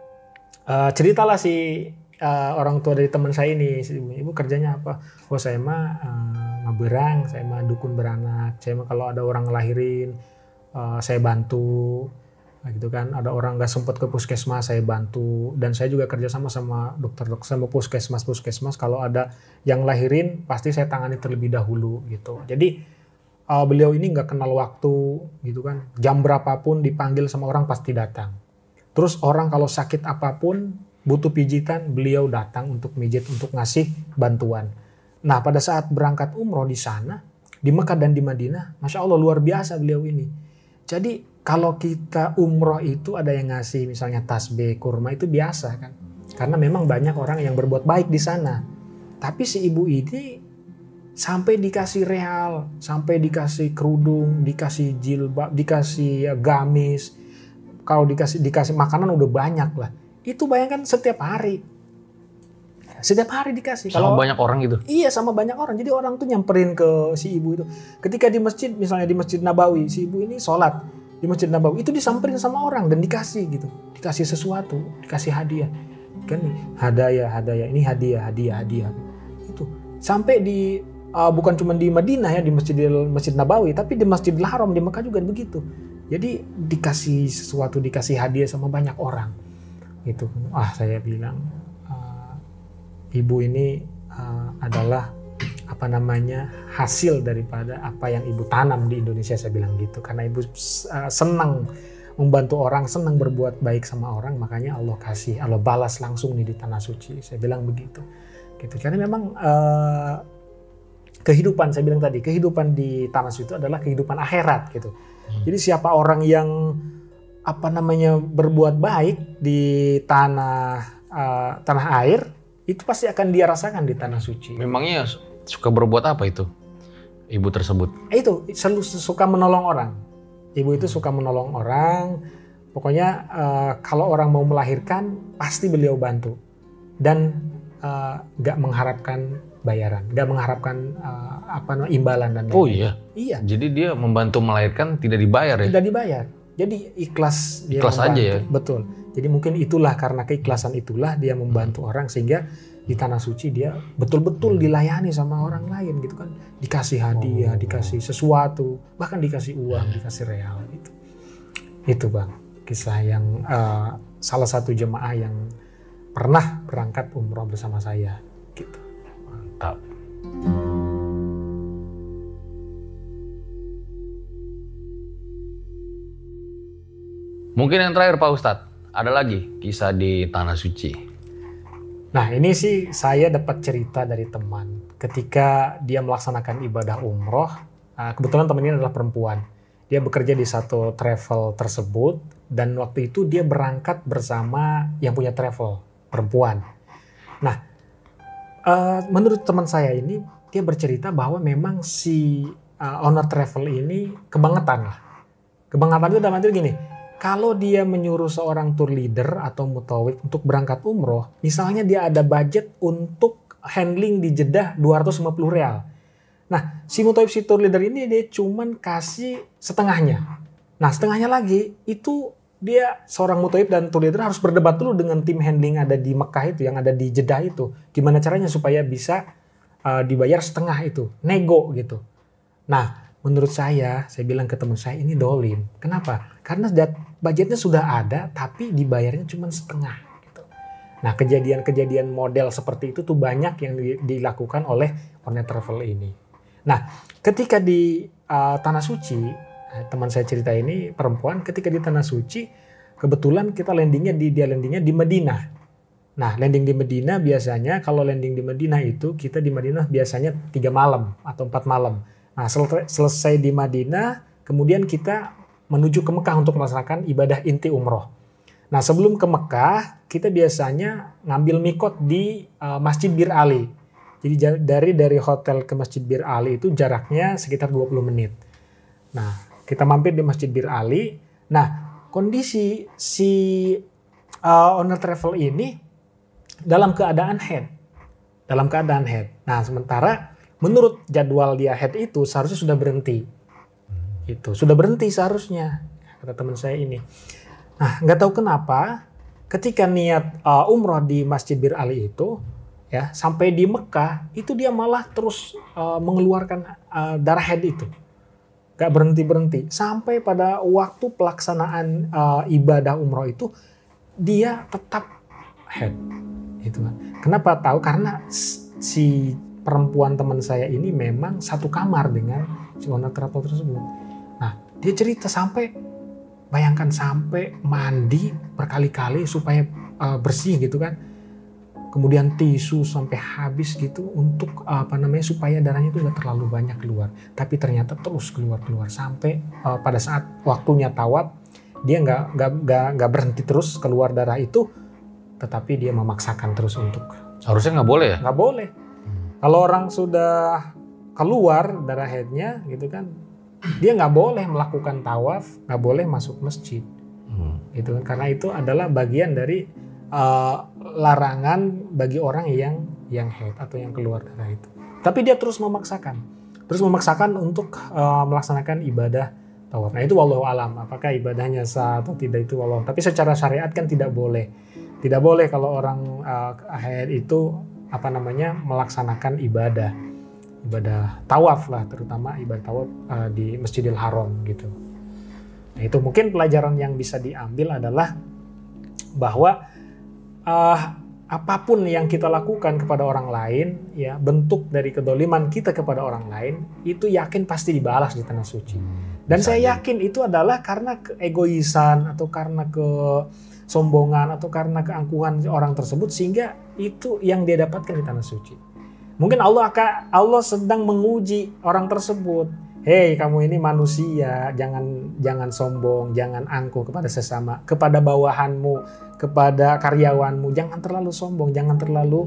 ceritalah si orang tua dari teman saya ini, si ibu kerjanya apa? Oh saya mah ngeberang, saya mah dukun beranak, saya mah kalau ada orang ngelahirin saya bantu, gitu kan. Ada orang nggak sempat ke puskesmas saya bantu, dan saya juga kerjasama sama dokter-dokter sama puskesmas kalau ada yang lahirin pasti saya tangani terlebih dahulu gitu. Jadi beliau ini nggak kenal waktu gitu kan, jam berapapun dipanggil sama orang pasti datang. Terus orang kalau sakit apapun butuh pijitan, beliau datang untuk mijit, untuk ngasih bantuan. Nah pada saat berangkat umroh di sana, di Mekah dan di Madinah, Masya Allah luar biasa beliau ini. Jadi kalau kita umroh itu ada yang ngasih misalnya tasbih, kurma itu biasa kan. Karena memang banyak orang yang berbuat baik di sana. Tapi si ibu ini sampai dikasih real, sampai dikasih kerudung, dikasih jilbab, dikasih gamis, kalau dikasih makanan udah banyak lah. Itu bayangkan setiap hari dikasih. Sama banyak orang gitu. Iya, sama banyak orang. Jadi orang tuh nyamperin ke si ibu itu. Ketika di masjid, misalnya di Masjid Nabawi, si ibu ini sholat di Masjid Nabawi, itu disamperin sama orang dan dikasih gitu. Dikasih sesuatu, dikasih hadiah. Kan hadiah, ini hadiah. Itu sampai di bukan cuma di Madinah ya, di Masjid Nabawi, tapi di Masjidil Haram di Mekah juga begitu. Jadi dikasih sesuatu, dikasih hadiah sama banyak orang. Gitu. Saya bilang ibu ini adalah hasil daripada apa yang ibu tanam di Indonesia, saya bilang gitu. Karena ibu senang membantu orang, senang berbuat baik sama orang, makanya Allah balas langsung nih di tanah suci. Saya bilang begitu. Gitu. Karena memang kehidupan, saya bilang tadi, kehidupan di tanah suci itu adalah kehidupan akhirat gitu. Jadi siapa orang yang berbuat baik di tanah air, itu pasti akan dia rasakan di tanah suci. Memangnya suka berbuat apa itu ibu tersebut? Itu suka menolong orang. Ibu itu suka menolong orang. Pokoknya kalau orang mau melahirkan pasti beliau bantu dan gak mengharapkan bayaran, gak mengharapkan imbalan dan lain-lain. Oh iya. Iya. Jadi dia membantu melahirkan tidak dibayar ya? Tidak dibayar. Jadi ikhlas dia ikhlas membantu. Aja ya. Betul. Jadi mungkin itulah, karena keikhlasan itulah dia membantu orang sehingga di tanah suci dia betul-betul dilayani sama orang lain gitu kan. Dikasih hadiah, dikasih sesuatu, bahkan dikasih uang, dikasih real gitu. Itu Bang, kisah yang salah satu jemaah yang pernah berangkat umroh bersama saya gitu. Mantap. Mungkin yang terakhir Pak Ustadz, ada lagi kisah di tanah suci. Nah ini sih saya dapat cerita dari teman ketika dia melaksanakan ibadah umroh. Kebetulan teman ini adalah perempuan. Dia bekerja di satu travel tersebut dan waktu itu dia berangkat bersama yang punya travel, perempuan. Nah menurut teman saya ini, dia bercerita bahwa memang si owner travel ini kebangetan lah. Kebangetan itu dalam arti gini, kalau dia menyuruh seorang tour leader atau mutawif untuk berangkat umroh, misalnya dia ada budget untuk handling di Jeddah 250 real. Nah, si mutawif, si tour leader ini dia cuman kasih setengahnya. Nah, setengahnya lagi itu dia seorang mutawif dan tour leader harus berdebat dulu dengan tim handling ada di Mekah itu, yang ada di Jeddah itu. Gimana caranya supaya bisa dibayar setengah itu, nego gitu. Nah, menurut saya bilang ke teman saya, ini dolim. Kenapa? Karena budgetnya sudah ada, tapi dibayarnya cuma setengah. Gitu. Nah, kejadian-kejadian model seperti itu tuh banyak yang dilakukan oleh owner travel ini. Nah, ketika di Tanah Suci, teman saya cerita ini perempuan, ketika di Tanah Suci, kebetulan kita landingnya di Madinah. Nah, landing di Madinah biasanya, kalau landing di Madinah itu, kita di Madinah biasanya 3 malam atau 4 malam. Nah, selesai di Madinah, kemudian kita menuju ke Mekah untuk melaksanakan ibadah inti umroh. Nah, sebelum ke Mekah, kita biasanya ngambil mikot di Masjid Bir Ali. Jadi dari hotel ke Masjid Bir Ali itu jaraknya sekitar 20 menit. Nah, kita mampir di Masjid Bir Ali. Nah, kondisi si owner travel ini dalam keadaan haid. Nah, sementara menurut jadwal dia head itu seharusnya sudah berhenti. Itu sudah berhenti seharusnya, kata teman saya ini. Nah, nggak tahu kenapa ketika niat umroh di Masjid Bir Ali itu, ya sampai di Mekah itu dia malah terus mengeluarkan darah head itu, nggak berhenti sampai pada waktu pelaksanaan ibadah umroh itu dia tetap head. Itu kan. Kenapa tahu? Karena si perempuan teman saya ini memang satu kamar dengan si owner travel tersebut. Nah, dia cerita bayangkan sampai mandi berkali-kali supaya bersih gitu kan. Kemudian tisu sampai habis gitu untuk supaya darahnya itu nggak terlalu banyak keluar. Tapi ternyata terus keluar sampai pada saat waktunya tawaf dia nggak berhenti terus keluar darah itu, tetapi dia memaksakan terus untuk. Harusnya nggak boleh ya? Nggak boleh. Kalau orang sudah keluar darah headnya gitu kan, dia nggak boleh melakukan tawaf, nggak boleh masuk masjid. Gitu kan. Karena itu adalah bagian dari larangan bagi orang yang haid atau yang keluar darah itu. Tapi dia terus memaksakan untuk melaksanakan ibadah tawaf. Nah itu wallahu alam, apakah ibadahnya sah atau tidak itu wallahu. Tapi secara syariat kan tidak boleh kalau orang haid itu melaksanakan ibadah tawaf lah, terutama ibadah tawaf di Masjidil Haram gitu. Nah itu mungkin pelajaran yang bisa diambil adalah bahwa apapun yang kita lakukan kepada orang lain, ya bentuk dari kedoliman kita kepada orang lain itu yakin pasti dibalas di tanah suci. Dan saya yakin itu adalah karena keegoisan atau karena kesombongan atau karena keangkuhan orang tersebut, sehingga itu yang dia dapatkan di tanah suci. Mungkin Allah sedang menguji orang tersebut. Hei, kamu ini manusia, jangan sombong, jangan angkuh kepada sesama, kepada bawahanmu, kepada karyawanmu, jangan terlalu sombong, jangan terlalu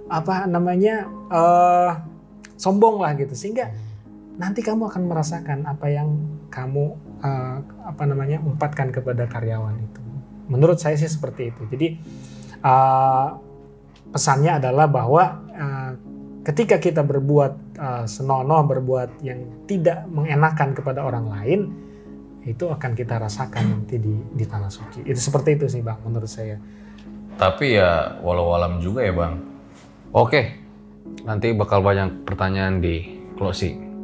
sombong lah gitu, sehingga nanti kamu akan merasakan apa yang kamu umpatkan kepada karyawan itu. Menurut saya sih seperti itu. Jadi pesannya adalah bahwa ketika kita berbuat senonoh, berbuat yang tidak mengenakan kepada orang lain, itu akan kita rasakan nanti di tanah suci. Itu seperti itu sih Bang, menurut saya. Tapi ya walau alam juga ya Bang. Oke, nanti bakal banyak pertanyaan di closing.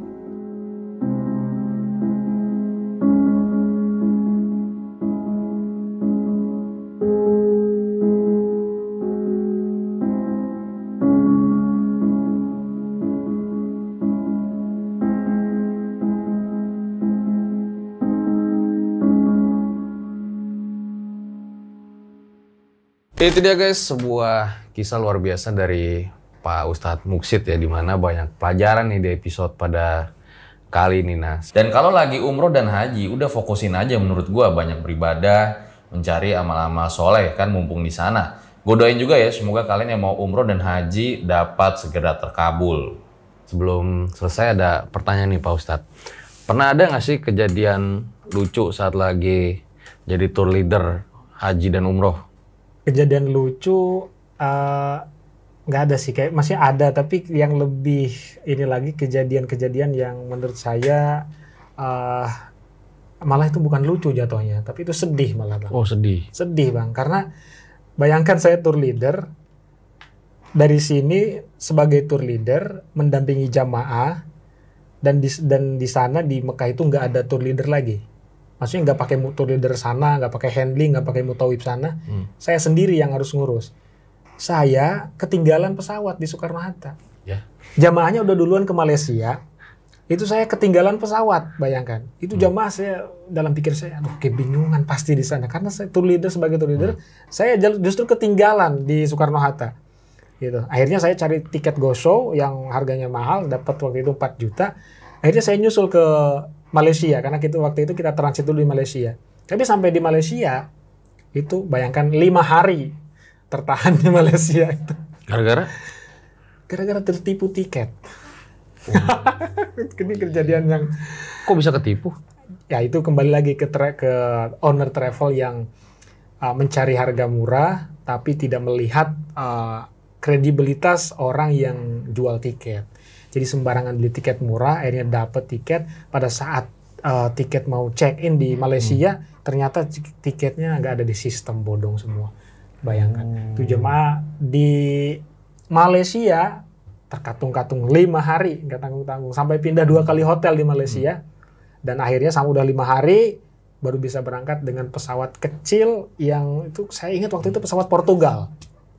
Itu dia guys, sebuah kisah luar biasa dari Pak Ustadz Muksid ya, dimana banyak pelajaran nih di episode pada kali ini Nas. Dan kalau lagi umroh dan haji, udah fokusin aja menurut gua, banyak beribadah, mencari amal-amal soleh kan mumpung di sana. Gue doain juga ya, semoga kalian yang mau umroh dan haji dapat segera terkabul. Sebelum selesai ada pertanyaan nih Pak Ustadz. Pernah ada nggak sih kejadian lucu saat lagi jadi tour leader haji dan umroh? Kejadian lucu nggak ada sih, kayak masih ada, tapi yang lebih ini lagi kejadian-kejadian yang menurut saya malah itu bukan lucu jatuhnya, tapi itu sedih malah Bang. Oh sedih Bang, karena bayangkan saya tour leader, dari sini sebagai tour leader mendampingi jamaah, dan di sana di Mekah itu nggak ada tour leader lagi. Maksudnya nggak pakai tour leader sana, nggak pakai handling, nggak pakai mutawib sana. Saya sendiri yang harus ngurus. Saya ketinggalan pesawat di Soekarno-Hatta. ya. Jamaahnya udah duluan ke Malaysia. Itu saya ketinggalan pesawat, bayangkan. Itu jamaah saya, dalam pikir saya, aduh kebingungan pasti di sana. Karena saya sebagai tour leader, saya justru ketinggalan di Soekarno-Hatta. Gitu. Akhirnya saya cari tiket Go Show yang harganya mahal, dapat waktu itu 4 juta. Akhirnya saya nyusul ke Malaysia, karena waktu itu kita transit dulu di Malaysia. Tapi sampai di Malaysia, itu bayangkan 5 hari tertahan di Malaysia itu. Gara-gara? Gara-gara tertipu tiket. Ini kejadian yang... Kok bisa ketipu? Ya itu kembali lagi ke owner travel yang mencari harga murah, tapi tidak melihat kredibilitas orang yang jual tiket. Jadi sembarangan beli tiket murah, akhirnya dapat tiket. Pada saat tiket mau check-in di Malaysia, ternyata tiketnya nggak ada di sistem, bodong semua. Bayangkan, tuh jemaah di Malaysia terkatung-katung 5 hari, nggak tanggung-tanggung. Sampai pindah 2 kali hotel di Malaysia. Dan akhirnya udah 5 hari, baru bisa berangkat dengan pesawat kecil yang itu, saya ingat waktu itu pesawat Portugal.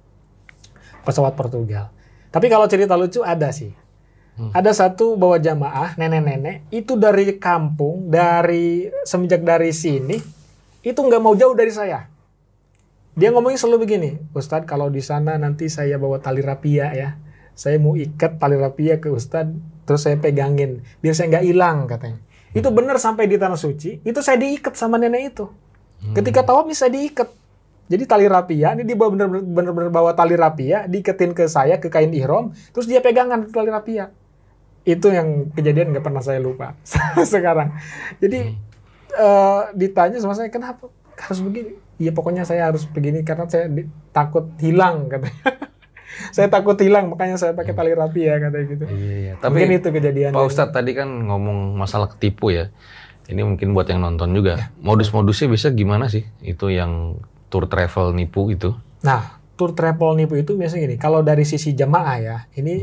Tapi kalau cerita lucu ada sih. Ada satu bawa jamaah, nenek-nenek, itu dari kampung, semenjak dari sini, itu nggak mau jauh dari saya. Dia ngomongnya selalu begini, Ustadz kalau di sana nanti saya bawa tali rapia ya. Saya mau ikat tali rapia ke Ustadz, terus saya pegangin, biar saya nggak hilang katanya. Itu benar, sampai di Tanah Suci, itu saya diikat sama nenek itu. Ketika tawaf nih saya diikat. Jadi tali rapia, ini dia benar-benar bawa tali rapia, diiketin ke saya, ke kain ihram, terus dia pegangan tali rapia. Itu yang kejadian nggak pernah saya lupa sekarang. Jadi ditanya sama saya, harus begini. Iya pokoknya saya harus begini karena saya takut hilang katanya. Saya takut hilang makanya saya pakai tali rapi ya katanya gitu. Iya. Tapi Mungkin itu kejadian. Pak Ustadz tadi kan ngomong masalah ketipu ya. Ini mungkin buat yang nonton juga. Modus-modusnya biasa gimana sih? Itu yang tour travel nipu itu. Nah, tour travel nipu itu biasanya gini. Kalau dari sisi jamaah ya, ini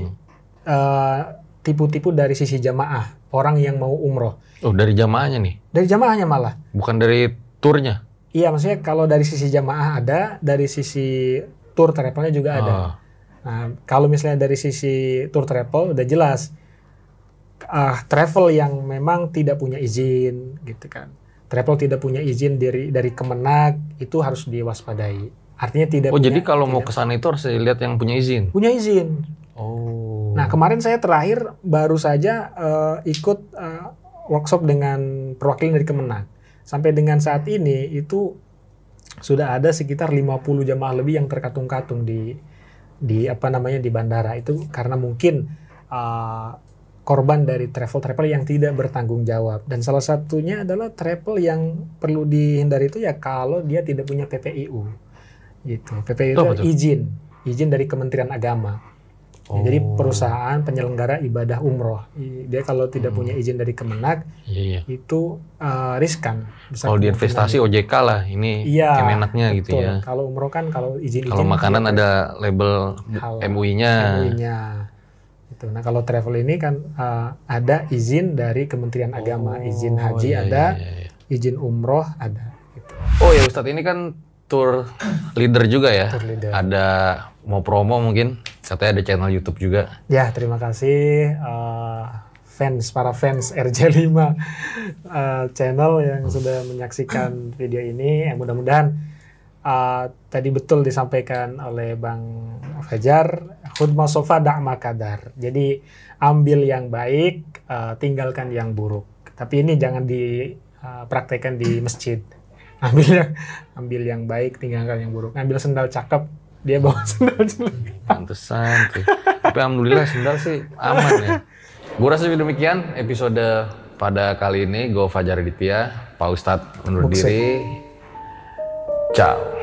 tipu-tipu dari sisi jamaah. Orang yang mau umroh. Oh, dari jamaahnya nih? Dari jamaahnya malah. Bukan dari turnya? Iya, maksudnya kalau dari sisi jamaah ada, dari sisi tour travelnya juga ada. Nah, kalau misalnya dari sisi tour travel udah jelas travel yang memang tidak punya izin, gitu kan. Travel tidak punya izin dari Kemenag itu harus diwaspadai. Artinya tidak. Oh, jadi kalau mau ke sana itu harus lihat yang punya izin. Punya izin. Oh. Nah, kemarin saya terakhir baru saja ikut workshop dengan perwakilan dari Kemenag. Sampai dengan saat ini itu sudah ada sekitar 50 jamaah lebih yang terkatung-katung di bandara. Itu karena mungkin korban dari travel yang tidak bertanggung jawab. Dan salah satunya adalah travel yang perlu dihindari itu ya kalau dia tidak punya PPIU. Gitu. PPIU itu izin dari Kementerian Agama. Ya, jadi perusahaan penyelenggara ibadah umroh. Dia kalau tidak punya izin dari Kemenag, itu riskan. Kalau di investasi OJK lah, ini Kemenagnya gitu ya. Kalau umroh kan kalau izin. Kalau makanan ada label MUI-nya. Gitu. Nah kalau travel ini kan ada izin dari Kementerian Agama, izin haji ada, izin umroh ada. Gitu. Oh ya Ustadz, ini kan tour leader juga ya. Tour leader. Ada mau promo mungkin, katanya ada channel YouTube juga. Ya terima kasih para fans RJ5 channel yang sudah menyaksikan video ini. Mudah-mudahan tadi betul disampaikan oleh Bang Fajar, khudmah sofa da'ma kadar. Jadi ambil yang baik, tinggalkan yang buruk. Tapi ini jangan dipraktekkan di masjid. Ambil yang baik, tinggalkan yang buruk. Ambil sendal cakep, dia bawa sendal jelek. Pantesan tuh. Tapi alhamdulillah sendal sih aman ya. Gue rasa demikian episode pada kali ini. Gue Fajar Aditya, Pak Ustadz undur diri. Ciao.